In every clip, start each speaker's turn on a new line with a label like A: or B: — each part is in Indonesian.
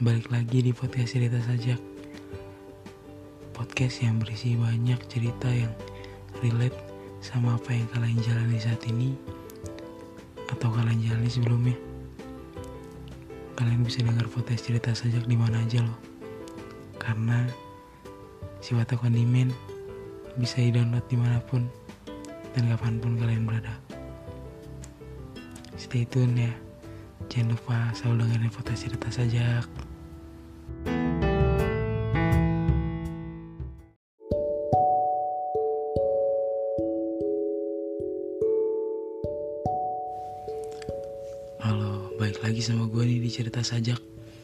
A: Balik lagi di podcast Cerita Sajak. Podcast yang berisi banyak cerita yang relate sama apa yang kalian jalani saat ini atau kalian jalani sebelumnya. Kalian bisa dengar podcast Cerita Sajak di mana aja loh. Karena sifatnya on demand, bisa di-download dimanapun dan kapanpun kalian berada. Stay tune ya. Jangan lupa selalu dengerin podcast Cerita Sajak. Halo, balik lagi sama gue nih di Cerita Sajak.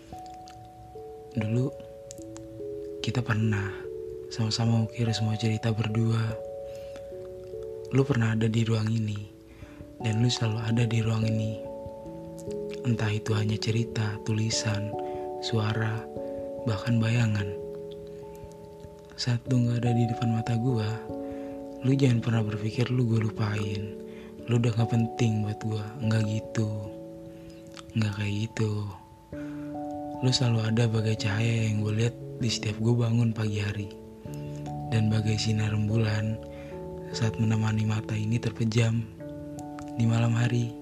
A: Dulu kita pernah sama-sama ukir semua cerita berdua. Lu pernah ada di ruang ini, dan lu selalu ada di ruang ini. Entah itu hanya cerita, tulisan, suara, bahkan bayangan. Saat lu gak ada di depan mata gue, lu jangan pernah berpikir lu gue lupain. Lu udah gak penting buat gue. Enggak gitu. Enggak kayak gitu. Lu selalu ada bagai cahaya yang gue lihat di setiap gue bangun pagi hari, dan bagai sinar rembulan saat menemani mata ini terpejam di malam hari.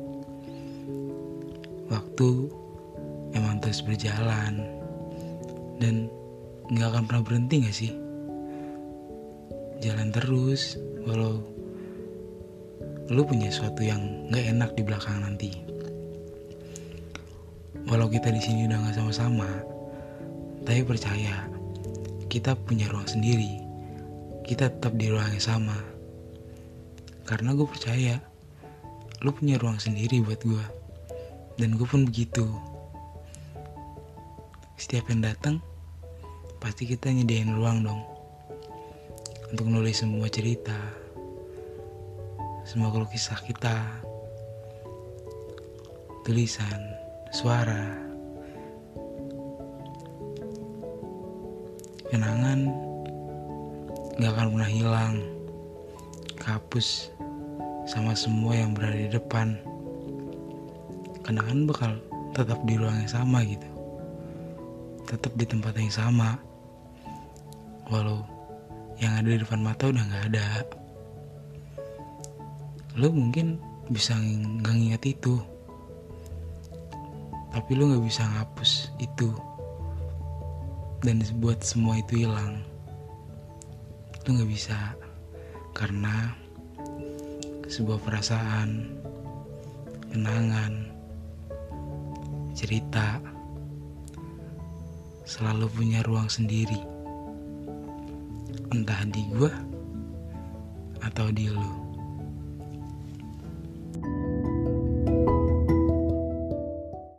A: Waktu emang terus berjalan dan gak akan pernah berhenti gak sih? Jalan terus walau lu punya sesuatu yang gak enak di belakang nanti. Walau kita di sini udah gak sama-sama, tapi percaya kita punya ruang sendiri. Kita tetap di ruang yang sama. Karena gue percaya lu punya ruang sendiri buat gue. Dan gue pun begitu. Setiap yang datang pasti kita nyediain ruang dong untuk nulis semua cerita, semua keluh kisah kita, tulisan, suara, kenangan gak akan pernah hilang, kehapus sama semua yang berada di depan. Kenangan bakal tetap di ruang yang sama gitu, tetap di tempat yang sama, walau yang ada di depan mata udah gak ada. Lu mungkin bisa gak nginget itu, tapi lu gak bisa ngapus itu dan buat semua itu hilang. Lu gak bisa, karena sebuah perasaan, kenangan, cerita selalu punya ruang sendiri, entah di gua atau di lu.